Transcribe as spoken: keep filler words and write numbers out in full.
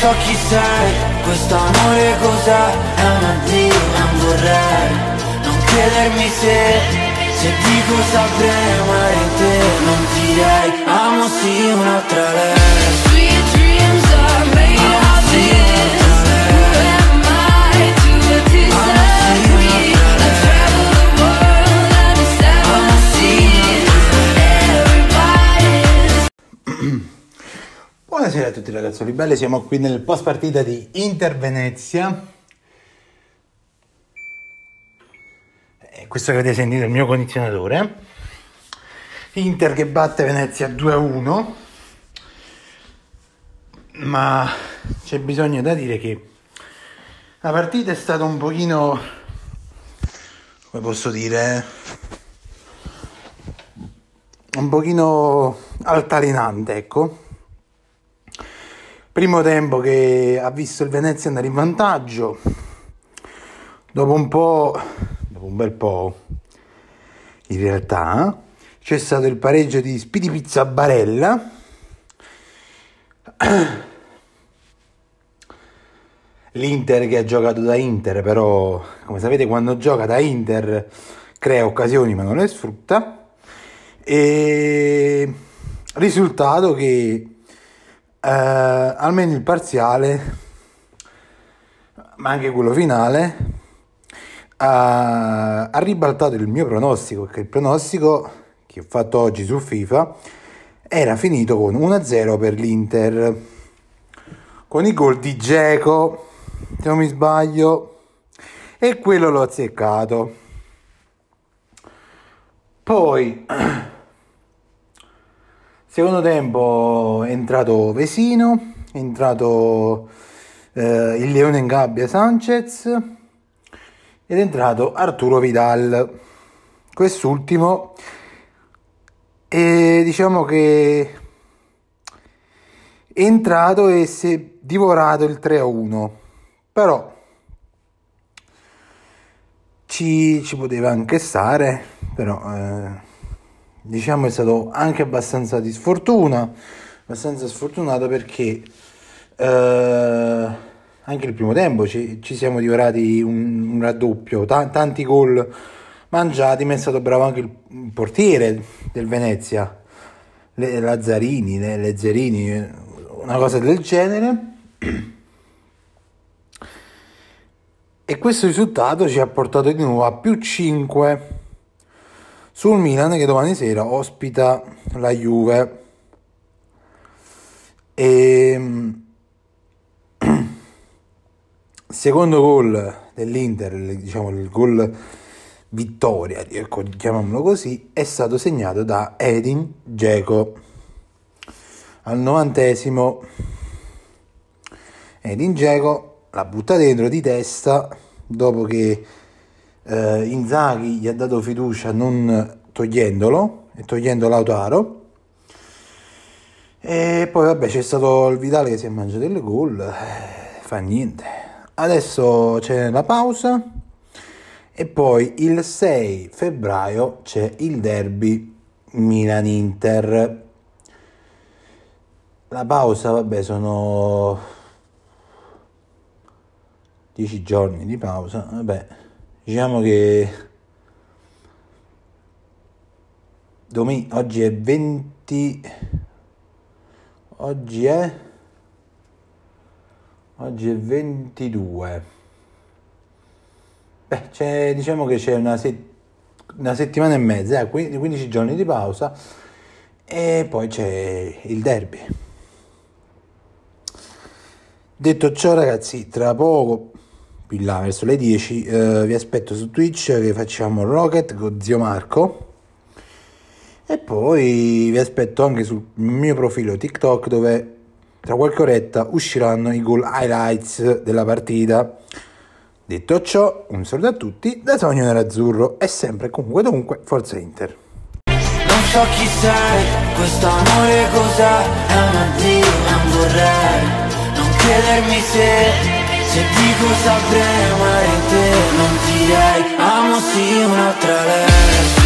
so chi sei, questo amore cos'è? È un addio, non vorrei non credermi se, se dico saprei amare te, non direi amo sì un'altra lei. Sweet dreams are made of this. Who am I to disagree? I travel the world and the seven seas. Everybody's. Buonasera a tutti ragazzoli belli, siamo qui nel post partita di Inter Venezia. E questo che avete sentito è il mio condizionatore. Inter che batte Venezia due a uno, ma c'è bisogno da dire che la partita è stata un pochino, come posso dire, un pochino altalenante, ecco. Primo tempo che ha visto il Venezia andare in vantaggio, dopo un po', dopo un bel po', in realtà, c'è stato il pareggio di Spidi Pizza Barella, l'Inter che ha giocato da Inter, però, come sapete, quando gioca da Inter crea occasioni ma non le sfrutta, e risultato che Uh, almeno il parziale, ma anche quello finale, uh, ha ribaltato il mio pronostico, perché il pronostico che ho fatto oggi su FIFA era finito con uno a zero per l'Inter, con i gol di Dzeko, se non mi sbaglio, e quello l'ho azzeccato. Poi secondo tempo è entrato Vesino, è entrato eh, il Leone in gabbia Sanchez ed è entrato Arturo Vidal, quest'ultimo, e diciamo che è entrato e si è divorato il tre a uno, però ci, ci poteva anche stare, però eh, diciamo è stato anche abbastanza di sfortuna, abbastanza sfortunato, perché eh, anche il primo tempo ci, ci siamo divorati un, un raddoppio, t- tanti gol mangiati, ma è stato bravo anche il, il portiere del Venezia, le, Lazzarini, le, Lezzerini, una cosa del genere. E questo risultato ci ha portato di nuovo a più cinque sul Milan, che domani sera ospita la Juve. E secondo gol dell'Inter, diciamo il gol vittoria, ecco, chiamiamolo così, è stato segnato da Edin Dzeko al novantesimo. Edin Dzeko la butta dentro di testa dopo che Uh, Inzaghi gli ha dato fiducia non togliendolo e togliendo Lautaro, e poi vabbè c'è stato il Vidal che si è mangiato il gol, eh, fa niente. Adesso c'è la pausa e poi il sei febbraio c'è il derby Milan-Inter. La pausa vabbè sono dieci giorni di pausa, vabbè. Diciamo che domen- oggi è venti, oggi è oggi è ventidue. Beh, c'è, diciamo che c'è una, se- una settimana e mezza, eh, quindici giorni di pausa, e poi c'è il derby. Detto ciò, ragazzi, tra poco, là verso le dieci, eh, vi aspetto su Twitch che facciamo Rocket con zio Marco, e poi vi aspetto anche sul mio profilo TikTok, dove tra qualche oretta usciranno i goal highlights della partita. Detto ciò, un saluto a tutti da Sogno Nerazzurro, e sempre comunque dovunque Forza Inter. Non so chi sei, questo amore cos'è? È un addio, non vorrei non credermi se Se dico saprei amare te, non direi amo sì un'altra lei.